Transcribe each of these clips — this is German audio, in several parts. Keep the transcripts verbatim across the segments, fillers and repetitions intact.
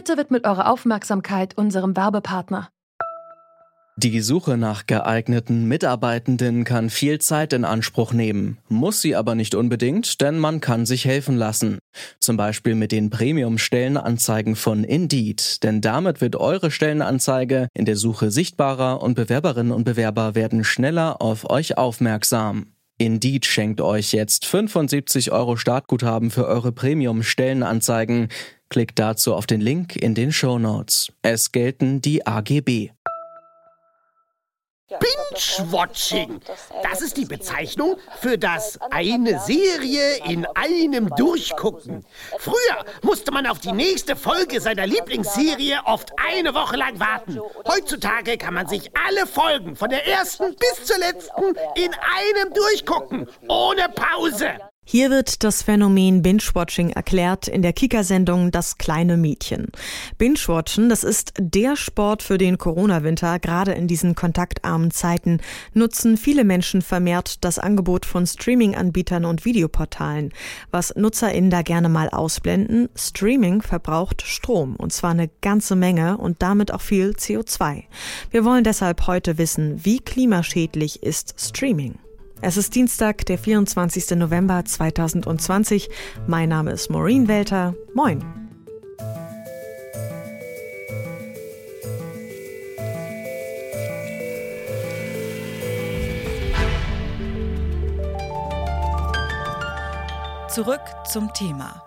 Bitte widmet eure Aufmerksamkeit unserem Werbepartner. Die Suche nach geeigneten Mitarbeitenden kann viel Zeit in Anspruch nehmen, muss sie aber nicht unbedingt, denn man kann sich helfen lassen. Zum Beispiel mit den Premium-Stellenanzeigen von Indeed, denn damit wird eure Stellenanzeige in der Suche sichtbarer und Bewerberinnen und Bewerber werden schneller auf euch aufmerksam. Indeed schenkt euch jetzt fünfundsiebzig Euro Startguthaben für eure Premium-Stellenanzeigen. Klickt dazu auf den Link in den Shownotes. Es gelten die A G B. Binge-Watching, das ist die Bezeichnung für das eine Serie in einem Durchgucken. Früher musste man auf die nächste Folge seiner Lieblingsserie oft eine Woche lang warten. Heutzutage kann man sich alle Folgen von der ersten bis zur letzten in einem durchgucken, ohne Pause. Hier wird das Phänomen Binge-Watching erklärt in der Kika-Sendung Das kleine Mädchen. Binge-Watchen, das ist der Sport für den Corona-Winter. Gerade in diesen kontaktarmen Zeiten nutzen viele Menschen vermehrt das Angebot von Streaming-Anbietern und Videoportalen. Was NutzerInnen da gerne mal ausblenden: Streaming verbraucht Strom, und zwar eine ganze Menge und damit auch viel C O zwei. Wir wollen deshalb heute wissen, wie klimaschädlich ist Streaming? Es ist Dienstag, der vierundzwanzigster November zweitausendzwanzig. Mein Name ist Maureen Welter. Moin. Zurück zum Thema.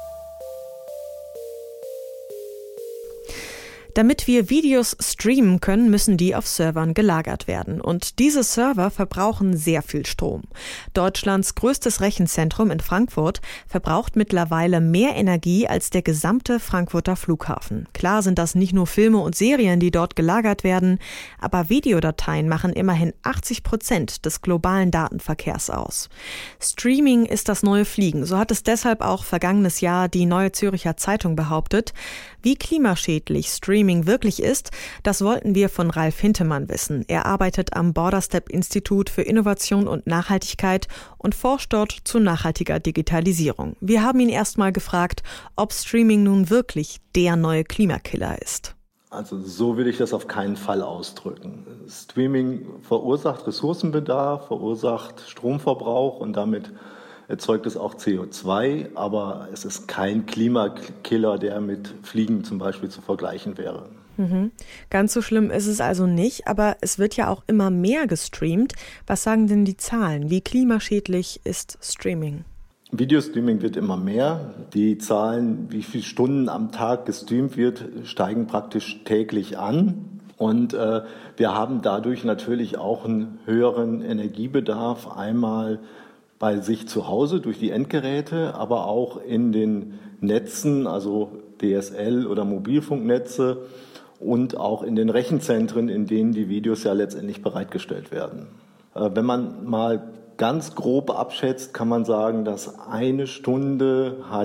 Damit wir Videos streamen können, müssen die auf Servern gelagert werden. Und diese Server verbrauchen sehr viel Strom. Deutschlands größtes Rechenzentrum in Frankfurt verbraucht mittlerweile mehr Energie als der gesamte Frankfurter Flughafen. Klar sind das nicht nur Filme und Serien, die dort gelagert werden, aber Videodateien machen immerhin achtzig Prozent des globalen Datenverkehrs aus. Streaming ist das neue Fliegen. So hat es deshalb auch vergangenes Jahr die Neue Zürcher Zeitung behauptet. Wie klimaschädlich Streaming wirklich ist, das wollten wir von Ralf Hintemann wissen. Er arbeitet am Borderstep-Institut für Innovation und Nachhaltigkeit und forscht dort zu nachhaltiger Digitalisierung. Wir haben ihn erstmal gefragt, ob Streaming nun wirklich der neue Klimakiller ist. Also so will ich das auf keinen Fall ausdrücken. Streaming verursacht Ressourcenbedarf, verursacht Stromverbrauch und damit erzeugt es auch C O zwei, aber es ist kein Klimakiller, der mit Fliegen zum Beispiel zu vergleichen wäre. Mhm. Ganz so schlimm ist es also nicht, aber es wird ja auch immer mehr gestreamt. Was sagen denn die Zahlen? Wie klimaschädlich ist Streaming? Videostreaming wird immer mehr. Die Zahlen, wie viele Stunden am Tag gestreamt wird, steigen praktisch täglich an. Und äh, wir haben dadurch natürlich auch einen höheren Energiebedarf, einmal bei sich zu Hause durch die Endgeräte, aber auch in den Netzen, also D S L- oder Mobilfunknetze und auch in den Rechenzentren, in denen die Videos ja letztendlich bereitgestellt werden. Wenn man mal ganz grob abschätzt, kann man sagen, dass eine Stunde H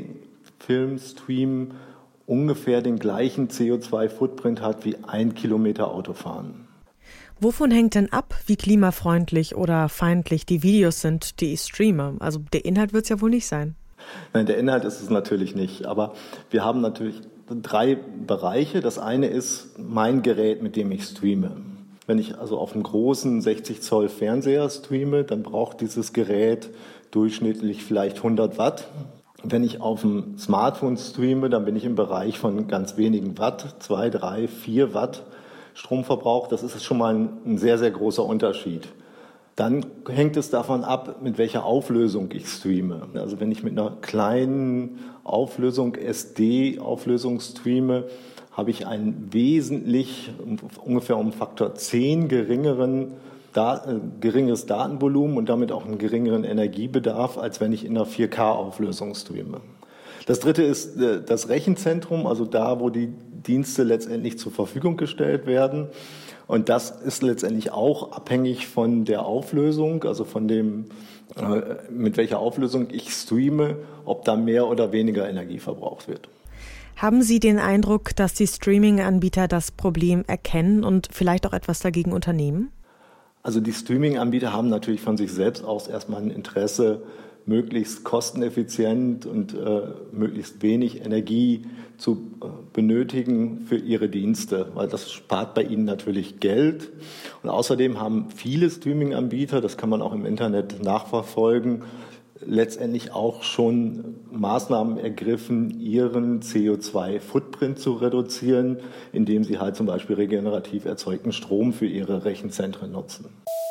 D-Filmstream ungefähr den gleichen C O zwei Footprint hat wie ein Kilometer Autofahren. Wovon hängt denn ab, wie klimafreundlich oder feindlich die Videos sind, die ich streame? Also der Inhalt wird es ja wohl nicht sein. Nein, der Inhalt ist es natürlich nicht. Aber wir haben natürlich drei Bereiche. Das eine ist mein Gerät, mit dem ich streame. Wenn ich also auf einem großen sechzig Zoll Fernseher streame, dann braucht dieses Gerät durchschnittlich vielleicht hundert Watt. Wenn ich auf dem Smartphone streame, dann bin ich im Bereich von ganz wenigen Watt, zwei, drei, vier Watt Stromverbrauch. Das ist schon mal ein, ein sehr, sehr großer Unterschied. Dann hängt es davon ab, mit welcher Auflösung ich streame. Also wenn ich mit einer kleinen Auflösung, S D-Auflösung streame, habe ich einen wesentlich, ungefähr um Faktor zehn geringeren, da, äh, geringeres Datenvolumen und damit auch einen geringeren Energiebedarf, als wenn ich in einer vier K-Auflösung streame. Das dritte ist äh, das Rechenzentrum, also da, wo die Dienste letztendlich zur Verfügung gestellt werden. Und das ist letztendlich auch abhängig von der Auflösung, also von dem, äh, mit welcher Auflösung ich streame, ob da mehr oder weniger Energie verbraucht wird. Haben Sie den Eindruck, dass die Streaming-Anbieter das Problem erkennen und vielleicht auch etwas dagegen unternehmen? Also die Streaming-Anbieter haben natürlich von sich selbst aus erstmal ein Interesse, möglichst kosteneffizient und äh, möglichst wenig Energie zu äh, benötigen für ihre Dienste, weil das spart bei ihnen natürlich Geld. Und außerdem haben viele Streaming-Anbieter, das kann man auch im Internet nachverfolgen, letztendlich auch schon Maßnahmen ergriffen, ihren C O zwei Footprint zu reduzieren, indem sie halt zum Beispiel regenerativ erzeugten Strom für ihre Rechenzentren nutzen.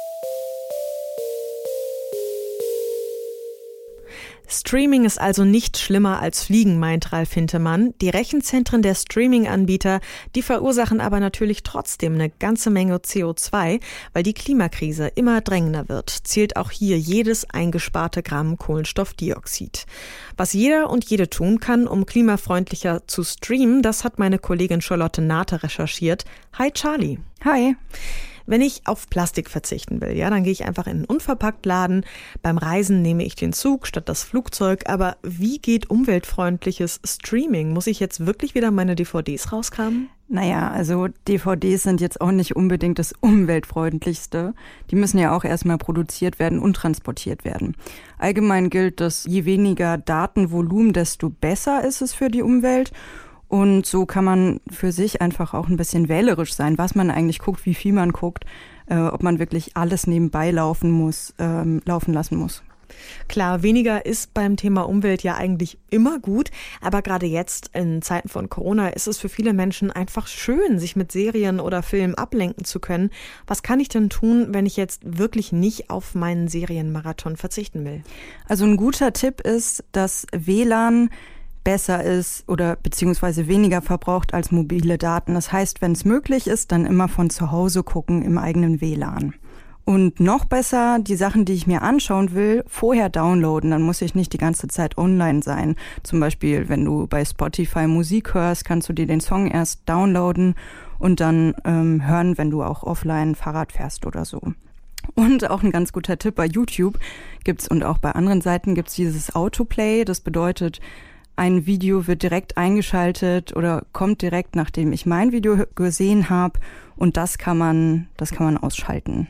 Streaming ist also nicht schlimmer als Fliegen, meint Ralf Hintemann. Die Rechenzentren der Streaming-Anbieter, die verursachen aber natürlich trotzdem eine ganze Menge C O zwei, weil die Klimakrise immer drängender wird, zählt auch hier jedes eingesparte Gramm Kohlenstoffdioxid. Was jeder und jede tun kann, um klimafreundlicher zu streamen, das hat meine Kollegin Charlotte Nate recherchiert. Hi Charlie. Hi. Wenn ich auf Plastik verzichten will, ja, dann gehe ich einfach in einen Unverpacktladen. Beim Reisen nehme ich den Zug statt das Flugzeug. Aber wie geht umweltfreundliches Streaming? Muss ich jetzt wirklich wieder meine D V Ds rauskramen? Naja, also D V Ds sind jetzt auch nicht unbedingt das umweltfreundlichste. Die müssen ja auch erstmal produziert werden und transportiert werden. Allgemein gilt, dass je weniger Datenvolumen, desto besser ist es für die Umwelt. Und so kann man für sich einfach auch ein bisschen wählerisch sein, was man eigentlich guckt, wie viel man guckt, äh, ob man wirklich alles nebenbei laufen muss, ähm, laufen lassen muss. Klar, weniger ist beim Thema Umwelt ja eigentlich immer gut, aber gerade jetzt in Zeiten von Corona ist es für viele Menschen einfach schön, sich mit Serien oder Filmen ablenken zu können. Was kann ich denn tun, wenn ich jetzt wirklich nicht auf meinen Serienmarathon verzichten will? Also ein guter Tipp ist, dass W L A N besser ist oder beziehungsweise weniger verbraucht als mobile Daten. Das heißt, wenn es möglich ist, dann immer von zu Hause gucken im eigenen W L A N. Und noch besser, die Sachen, die ich mir anschauen will, vorher downloaden. Dann muss ich nicht die ganze Zeit online sein. Zum Beispiel, wenn du bei Spotify Musik hörst, kannst du dir den Song erst downloaden und dann ähm, hören, wenn du auch offline Fahrrad fährst oder so. Und auch ein ganz guter Tipp, bei YouTube gibt's und auch bei anderen Seiten gibt's dieses Autoplay. Das bedeutet, ein Video wird direkt eingeschaltet oder kommt direkt, nachdem ich mein Video gesehen habe. Und das kann man, das kann man ausschalten.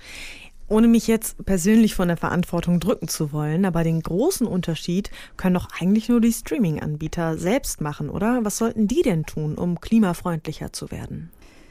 Ohne mich jetzt persönlich von der Verantwortung drücken zu wollen, aber den großen Unterschied können doch eigentlich nur die Streaming-Anbieter selbst machen, oder? Was sollten die denn tun, um klimafreundlicher zu werden?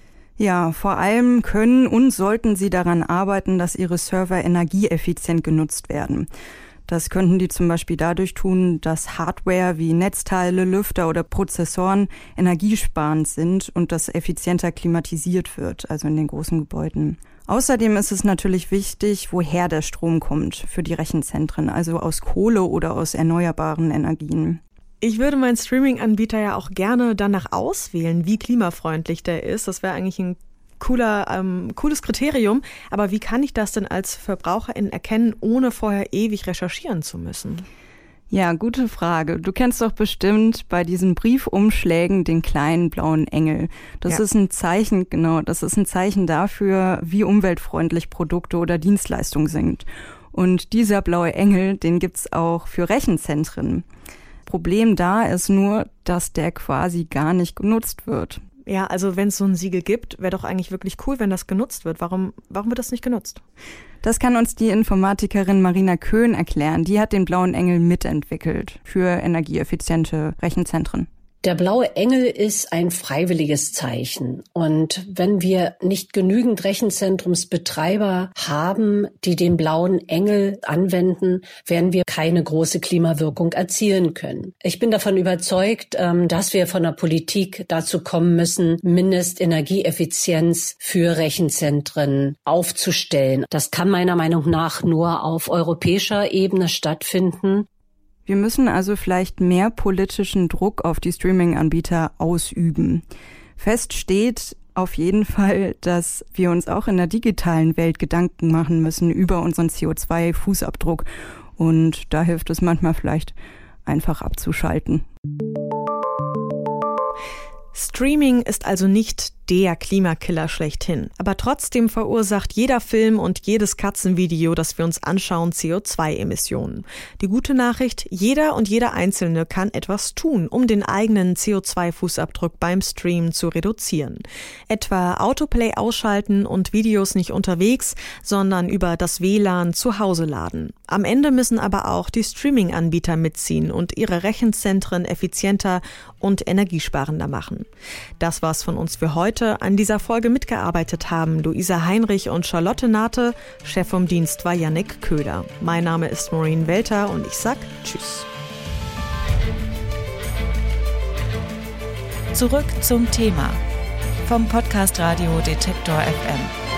Ja, vor allem können und sollten sie daran arbeiten, dass ihre Server energieeffizient genutzt werden. Das könnten die zum Beispiel dadurch tun, dass Hardware wie Netzteile, Lüfter oder Prozessoren energiesparend sind und das effizienter klimatisiert wird, also in den großen Gebäuden. Außerdem ist es natürlich wichtig, woher der Strom kommt für die Rechenzentren, also aus Kohle oder aus erneuerbaren Energien. Ich würde meinen Streaming-Anbieter ja auch gerne danach auswählen, wie klimafreundlich der ist. Das wäre eigentlich ein cooler, ähm, cooles Kriterium. Aber wie kann ich das denn als Verbraucherin erkennen, ohne vorher ewig recherchieren zu müssen? Ja, gute Frage. Du kennst doch bestimmt bei diesen Briefumschlägen den kleinen blauen Engel. Das ja. ist ein Zeichen, genau, das ist ein Zeichen dafür, wie umweltfreundlich Produkte oder Dienstleistungen sind. Und dieser blaue Engel, den gibt's auch für Rechenzentren. Problem da ist nur, dass der quasi gar nicht genutzt wird. Ja, also wenn es so ein Siegel gibt, wäre doch eigentlich wirklich cool, wenn das genutzt wird. Warum, warum wird das nicht genutzt? Das kann uns die Informatikerin Marina Köhn erklären. Die hat den blauen Engel mitentwickelt für energieeffiziente Rechenzentren. Der blaue Engel ist ein freiwilliges Zeichen. Und wenn wir nicht genügend Rechenzentrumsbetreiber haben, die den blauen Engel anwenden, werden wir keine große Klimawirkung erzielen können. Ich bin davon überzeugt, dass wir von der Politik dazu kommen müssen, Mindestenergieeffizienz für Rechenzentren aufzustellen. Das kann meiner Meinung nach nur auf europäischer Ebene stattfinden. Wir müssen also vielleicht mehr politischen Druck auf die Streaming-Anbieter ausüben. Fest steht auf jeden Fall, dass wir uns auch in der digitalen Welt Gedanken machen müssen über unseren C O zwei Fußabdruck. Und da hilft es manchmal vielleicht, einfach abzuschalten. Streaming ist also nicht der Klimakiller schlechthin. Aber trotzdem verursacht jeder Film und jedes Katzenvideo, das wir uns anschauen, C O zwei Emissionen. Die gute Nachricht, jeder und jeder Einzelne kann etwas tun, um den eigenen C O zwei Fußabdruck beim Streamen zu reduzieren. Etwa Autoplay ausschalten und Videos nicht unterwegs, sondern über das W L A N zu Hause laden. Am Ende müssen aber auch die Streaming-Anbieter mitziehen und ihre Rechenzentren effizienter und energiesparender machen. Das war's von uns für heute. An dieser Folge mitgearbeitet haben Luisa Heinrich und Charlotte Nate. Chef vom Dienst war Yannick Köhler. Mein Name ist Maureen Welter und ich sag Tschüss. Zurück zum Thema vom Podcast Radio Detektor F M.